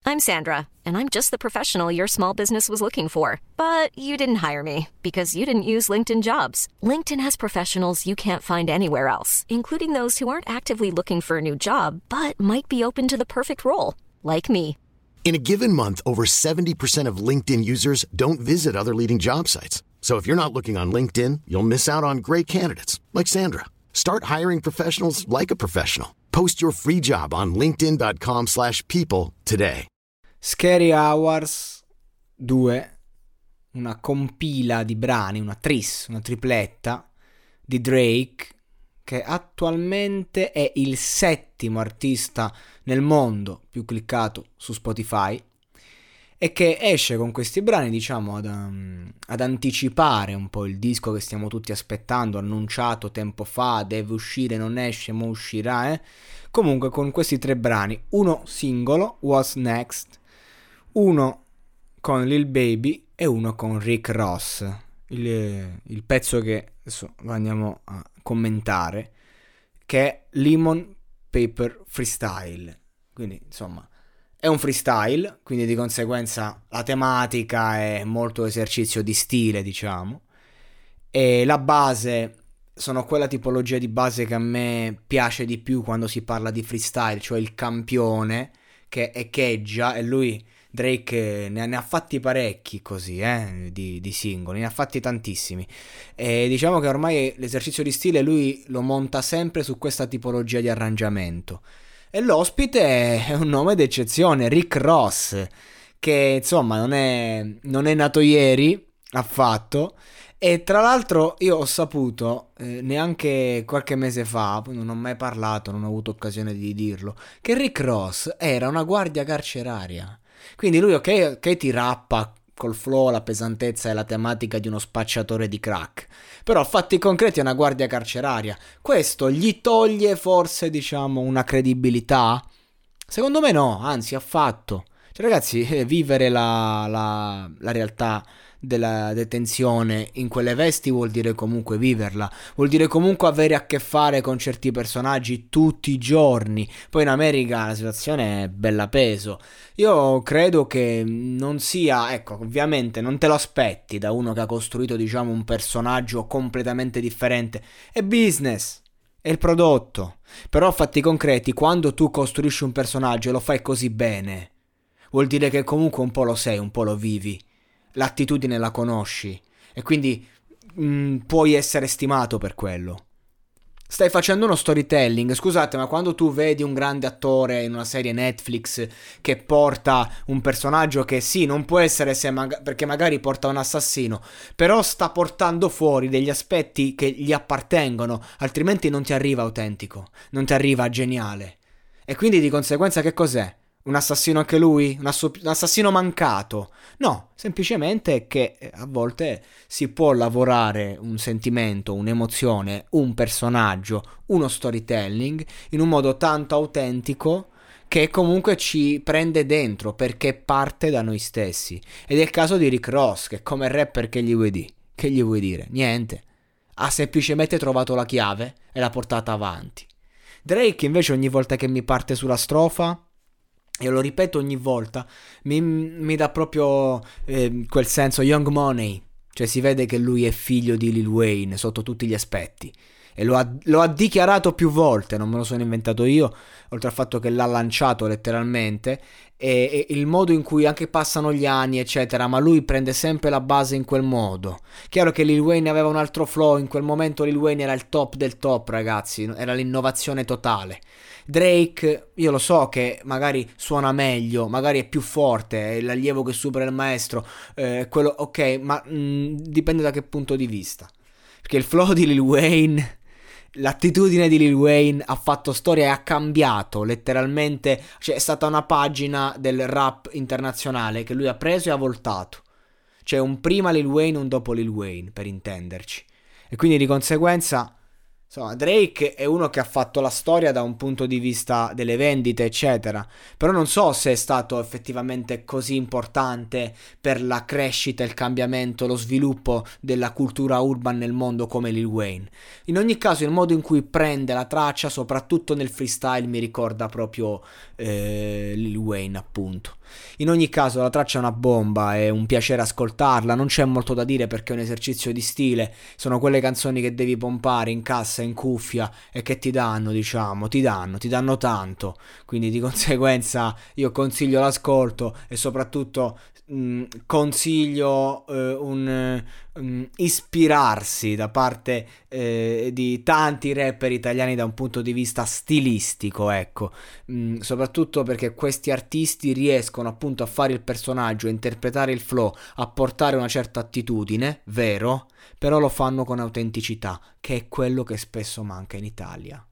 I'm Sandra, and I'm just the professional your small business was looking for. But you didn't hire me because you didn't use LinkedIn Jobs. LinkedIn has professionals you can't find anywhere else, including those who aren't actively looking for a new job, but might be open to the perfect role, like me. In a given month, over 70% of LinkedIn users don't visit other leading job sites. So if you're not looking on LinkedIn, you'll miss out on great candidates like Sandra. Start hiring professionals like a professional. Post your free job on linkedin.com/people today. Scary Hours 2, una compila di brani, una tripletta di Drake, che attualmente è il 7° artista nel mondo più cliccato su Spotify e che esce con questi brani, diciamo, ad anticipare un po' il disco che stiamo tutti aspettando, annunciato tempo fa, deve uscire, non esce, ma uscirà, Comunque con questi 3 brani, uno singolo, What's Next, uno con Lil Baby e uno con Rick Ross. Il pezzo che adesso lo andiamo a commentare, che è Lemon Paper Freestyle. Quindi insomma è un freestyle, quindi di conseguenza la tematica è molto esercizio di stile, diciamo, e la base sono quella tipologia di base che a me piace di più quando si parla di freestyle, cioè il campione che echeggia, e lui, Drake, ne ha fatti parecchi così, di singoli, ne ha fatti tantissimi, e diciamo che ormai l'esercizio di stile lui lo monta sempre su questa tipologia di arrangiamento. E l'ospite è un nome d'eccezione, Rick Ross, che insomma non è nato ieri affatto. E tra l'altro io ho saputo neanche qualche mese fa, poi non ho mai parlato, non ho avuto occasione di dirlo, che Rick Ross era una guardia carceraria. Quindi lui ok ti rappa col flow, la pesantezza e la tematica di uno spacciatore di crack, però a fatti concreti è una guardia carceraria. Questo gli toglie forse, diciamo, una credibilità? Secondo me no, anzi affatto. Cioè ragazzi, vivere la realtà della detenzione in quelle vesti vuol dire comunque viverla, vuol dire comunque avere a che fare con certi personaggi tutti i giorni. Poi in America la situazione è bella peso. Io credo che non sia, ecco, ovviamente non te lo aspetti da uno che ha costruito, diciamo, un personaggio completamente differente. È business, è il prodotto. Però a fatti concreti, quando tu costruisci un personaggio e lo fai così bene, vuol dire che comunque un po' lo sei, un po' lo vivi, l'attitudine la conosci e quindi puoi essere stimato per quello. Stai facendo uno storytelling. Scusate, ma quando tu vedi un grande attore in una serie Netflix che porta un personaggio che sì, non può essere perché magari porta un assassino, però sta portando fuori degli aspetti che gli appartengono, altrimenti non ti arriva autentico, non ti arriva geniale. E quindi di conseguenza che cos'è? Un assassino anche lui? Un assassino mancato? No, semplicemente che a volte si può lavorare un sentimento, un'emozione, un personaggio, uno storytelling in un modo tanto autentico che comunque ci prende dentro perché parte da noi stessi. Ed è il caso di Rick Ross, che come rapper che gli vuoi dire? Niente. Ha semplicemente trovato la chiave e l'ha portata avanti. Drake invece ogni volta che mi parte sulla strofa, e lo ripeto ogni volta, mi dà proprio quel senso Young Money. Cioè si vede che lui è figlio di Lil Wayne sotto tutti gli aspetti. E lo ha dichiarato più volte, non me lo sono inventato io, oltre al fatto che l'ha lanciato letteralmente, e il modo in cui anche passano gli anni eccetera, ma lui prende sempre la base in quel modo. Chiaro che Lil Wayne aveva un altro flow, in quel momento Lil Wayne era il top del top, ragazzi, era l'innovazione totale. Drake, io lo so che magari suona meglio, magari è più forte, è l'allievo che supera il maestro, quello, ok, ma dipende da che punto di vista. Perché il flow di Lil Wayne, l'attitudine di Lil Wayne ha fatto storia e ha cambiato letteralmente, cioè è stata una pagina del rap internazionale che lui ha preso e ha voltato. Cioè un prima Lil Wayne, un dopo Lil Wayne, per intenderci. E quindi di conseguenza Insomma, Drake è uno che ha fatto la storia da un punto di vista delle vendite, eccetera. Però non so se è stato effettivamente così importante per la crescita, il cambiamento, lo sviluppo della cultura urban nel mondo come Lil Wayne. In ogni caso, il modo in cui prende la traccia, soprattutto nel freestyle, mi ricorda proprio Lil Wayne, appunto. In ogni caso, la traccia è una bomba, è un piacere ascoltarla, non c'è molto da dire perché è un esercizio di stile, sono quelle canzoni che devi pompare in cassa, in cuffia e che ti danno, diciamo, ti danno tanto, quindi di conseguenza io consiglio l'ascolto e soprattutto consiglio ispirarsi da parte di tanti rapper italiani da un punto di vista stilistico, ecco. Soprattutto perché questi artisti riescono appunto a fare il personaggio, a interpretare il flow, a portare una certa attitudine, vero, però lo fanno con autenticità, che è quello che spesso manca in Italia.